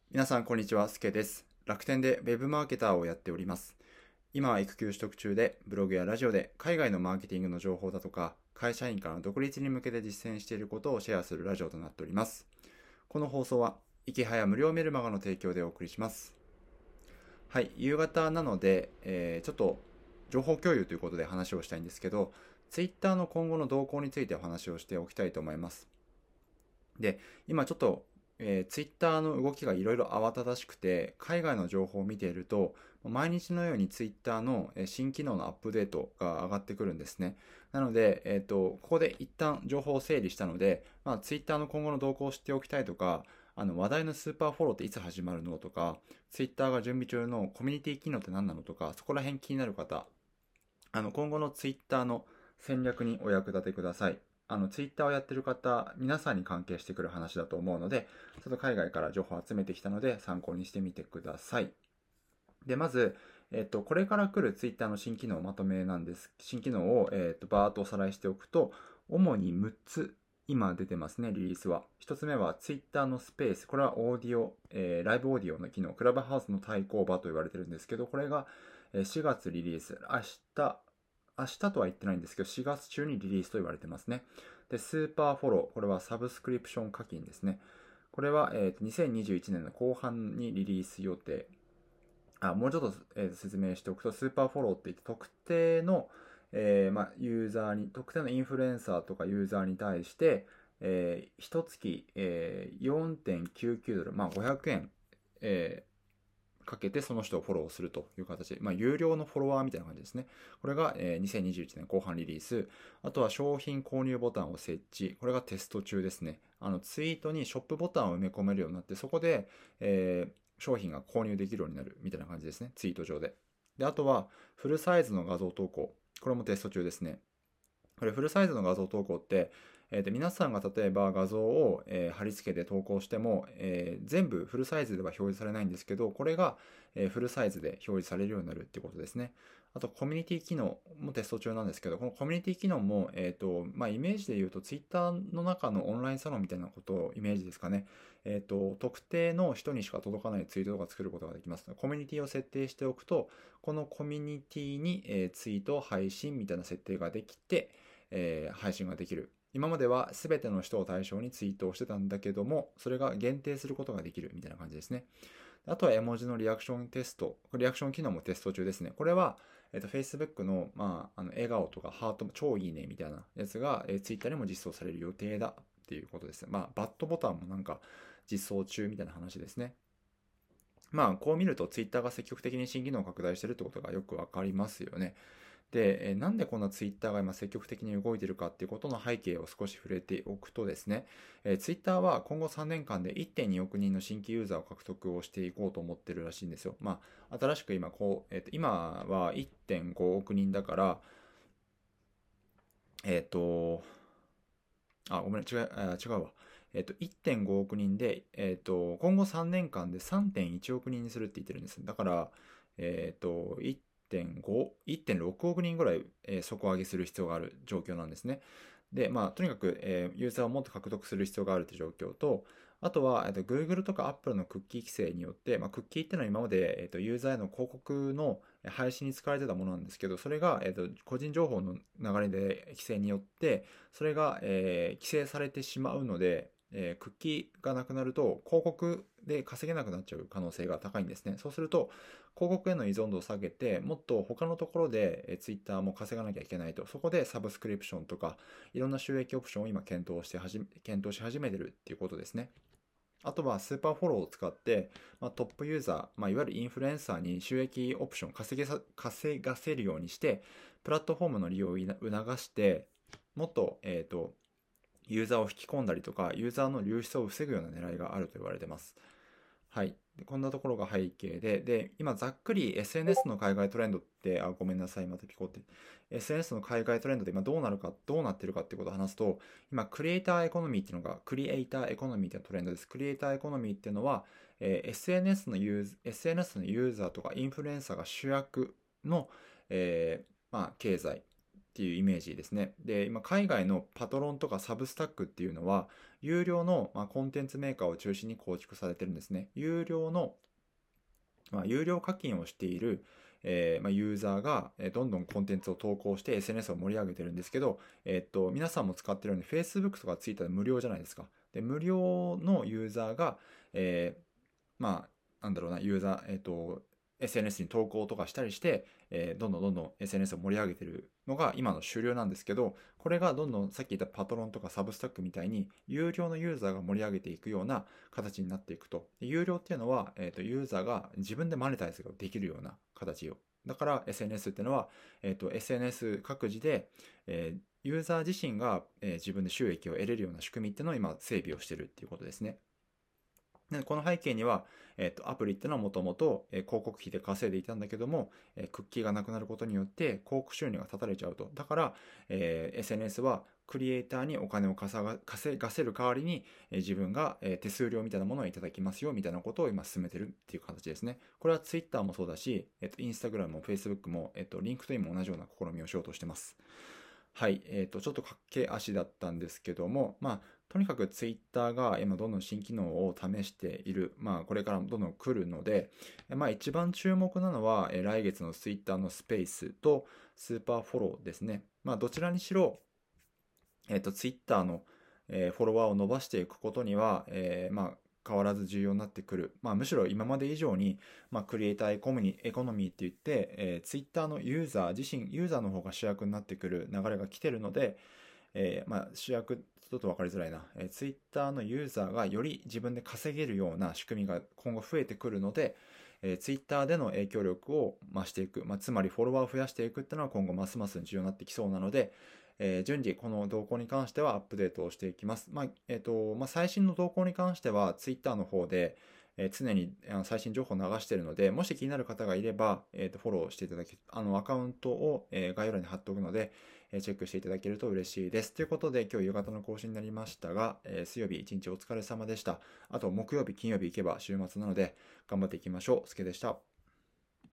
皆さん、こんにちは。すけです。楽天でウェブマーケターをやっております。今は育休取得中で、ブログやラジオで海外のマーケティングの情報だとか、会社員からの独立に向けて実践していることをシェアするラジオとなっております。この放送は、いきはや無料メルマガの提供でお送りします。はい、夕方なので、ちょっと情報共有ということで話をしたいんですけど、Twitter の今後の動向についてお話をしておきたいと思います。で、今ちょっと、ツイッターの動きがいろいろ慌ただしくて、海外の情報を見ていると、毎日のようにツイッターの新機能のアップデートが上がってくるんですね。なので、ここで一旦情報を整理したので、ツイッターの今後の動向を知っておきたいとか、話題のスーパーフォローっていつ始まるのとか、ツイッターが準備中のコミュニティ機能って何なのとか、そこら辺気になる方、今後のツイッターの戦略にお役立てください。ツイッターをやってる方、皆さんに関係してくる話だと思うので、ちょっと海外から情報を集めてきたので、参考にしてみてください。で、まず、これから来るツイッターの新機能まとめなんです。新機能を、バーっとおさらいしておくと、主に6つ、今出てますね、リリースは。1つ目は、ツイッターのスペース。これはオーディオ、ライブオーディオの機能、クラブハウスの対抗馬と言われてるんですけど、これが4月リリース。明日とは言ってないんですけど、4月中にリリースと言われてますね。で、スーパーフォロー。これはサブスクリプション課金ですね。これは、2021年の後半にリリース予定。もうちょっと、説明しておくと、スーパーフォローって言って特定の、ユーザーに、特定のインフルエンサーとかユーザーに対して、一月、4.99ドル、500円、かけてその人をフォローするという形で、有料のフォロワーみたいな感じですね。これが、2021年後半リリース。あとは商品購入ボタンを設置。これがテスト中ですね。ツイートにショップボタンを埋め込めるようになって、そこで、商品が購入できるようになるみたいな感じですね。ツイート上で。で、あとは、フルサイズの画像投稿。これもテスト中ですね。これフルサイズの画像投稿って、皆さんが例えば画像を、貼り付けて投稿しても、全部フルサイズでは表示されないんですけど、これが、フルサイズで表示されるようになるっていうことですね。あと、コミュニティ機能もテスト中なんですけど、このコミュニティ機能も、イメージで言うと、ツイッターの中のオンラインサロンみたいなことをイメージですかね。特定の人にしか届かないツイートとか作ることができます。コミュニティを設定しておくと、このコミュニティに、ツイートを配信みたいな設定ができて、配信ができる。今までは全ての人を対象にツイートをしてたんだけども、それが限定することができるみたいな感じですね。あとは絵文字のリアクションテスト。リアクション機能もテスト中ですね。これは、Facebook の、笑顔とかハートも超いいねみたいなやつが、Twitter にも実装される予定だっていうことですね。バットボタンもなんか実装中みたいな話ですね。こう見ると Twitter が積極的に新機能を拡大してるってことがよくわかりますよね。で、なんでこんなツイッターが今積極的に動いているかっていうことの背景を少し触れておくとですね、ツイッターは今後3年間で1.2億人の新規ユーザーを獲得をしていこうと思ってるらしいんですよ。新しく今今は1.5億人だから、えっと、ごめん、違うわ。1.5億人で、今後3年間で3.1億人にするって言ってるんです。だから、1.5、1.6億人ぐらい、底上げする必要がある状況なんですね。で、とにかく、ユーザーをもっと獲得する必要があるという状況と、あとは、Google とか Apple のクッキー規制によって、クッキーっていうのは今まで、ユーザーへの広告の配信に使われてたものなんですけど、それが、個人情報の流れで規制によって、それが、規制されてしまうので、クッキーがなくなると広告で稼げなくなっちゃう可能性が高いんですね。そうすると広告への依存度を下げてもっと他のところでツイッターも稼がなきゃいけないと。そこでサブスクリプションとかいろんな収益オプションを今検討し始めてるっていうことですね。あとはスーパーフォローを使って、トップユーザー、いわゆるインフルエンサーに収益オプション稼がせるようにして、プラットフォームの利用を促して、もっと、ユーザーを引き込んだりとか、ユーザーの流出を防ぐような狙いがあると言われています。はい。でこんなところが背景で、今ざっくり SNS の海外トレンドって、ごめんなさい、またピコって。SNS の海外トレンドで今どうなってるかっていうことを話すと、今、クリエイターエコノミーっていうのが、クリエイターエコノミーっていうトレンドです。クリエイターエコノミーっていうのは、SNS のユーザーとかインフルエンサーが主役の、経済っていうイメージですね。で、今海外のパトロンとかサブスタックっていうのは、有料の、コンテンツメーカーを中心に構築されてるんですね。有料課金をしている、ユーザーが、どんどんコンテンツを投稿して SNS を盛り上げてるんですけど、皆さんも使ってるように Facebook とか Twitter で無料じゃないですか。で、無料のユーザーが、えーなんだろうな、ユーザー、SNS に投稿とかしたりして、どんどん SNS を盛り上げてるのが今の主流なんですけど、これがどんどんさっき言ったパトロンとかサブスタックみたいに有料のユーザーが盛り上げていくような形になっていくと。有料っていうのは、ユーザーが自分でマネタイズができるような形を。だから SNS っていうのは、SNS 各自で、ユーザー自身が、自分で収益を得れるような仕組みっていうのを今整備をしてるっていうことですね。でこの背景には、アプリっていうのはもともと広告費で稼いでいたんだけども、クッキーがなくなることによって広告収入が断たれちゃうと。だから、SNS はクリエイターにお金を稼がせる代わりに、自分が、手数料みたいなものをいただきますよみたいなことを今進めてるっていう形ですね。これは Twitter もそうだし、Instagram も Facebook も、LinkedIn も同じような試みをしようとしてます。はい、ちょっと駆け足だったんですけども、とにかくツイッターが今どんどん新機能を試している、これからどんどん来るので、一番注目なのは、来月のツイッターのスペースとスーパーフォローですね。どちらにしろ、ツイッターの、フォロワーを伸ばしていくことには、変わらず重要になってくる。むしろ今まで以上に、クリエイターエコノミーって言って、ツイッターのユーザーの方が主役になってくる流れが来てるので、主役、ちょっと分かりづらいな。ツイッターのユーザーがより自分で稼げるような仕組みが今後増えてくるので、ツイッターでの影響力を増していく、つまりフォロワーを増やしていくっていうのは今後ますます重要になってきそうなので、順次この動向に関してはアップデートをしていきます。最新の動向に関しては Twitter の方で、常に最新情報を流しているので、もし気になる方がいれば、フォローしていただけ、アカウントを、概要欄に貼っておくので、チェックしていただけると嬉しいです。ということで、今日夕方の更新になりましたが、水曜日一日お疲れ様でした。あと、木曜日、金曜日行けば週末なので、頑張っていきましょう。すけでした。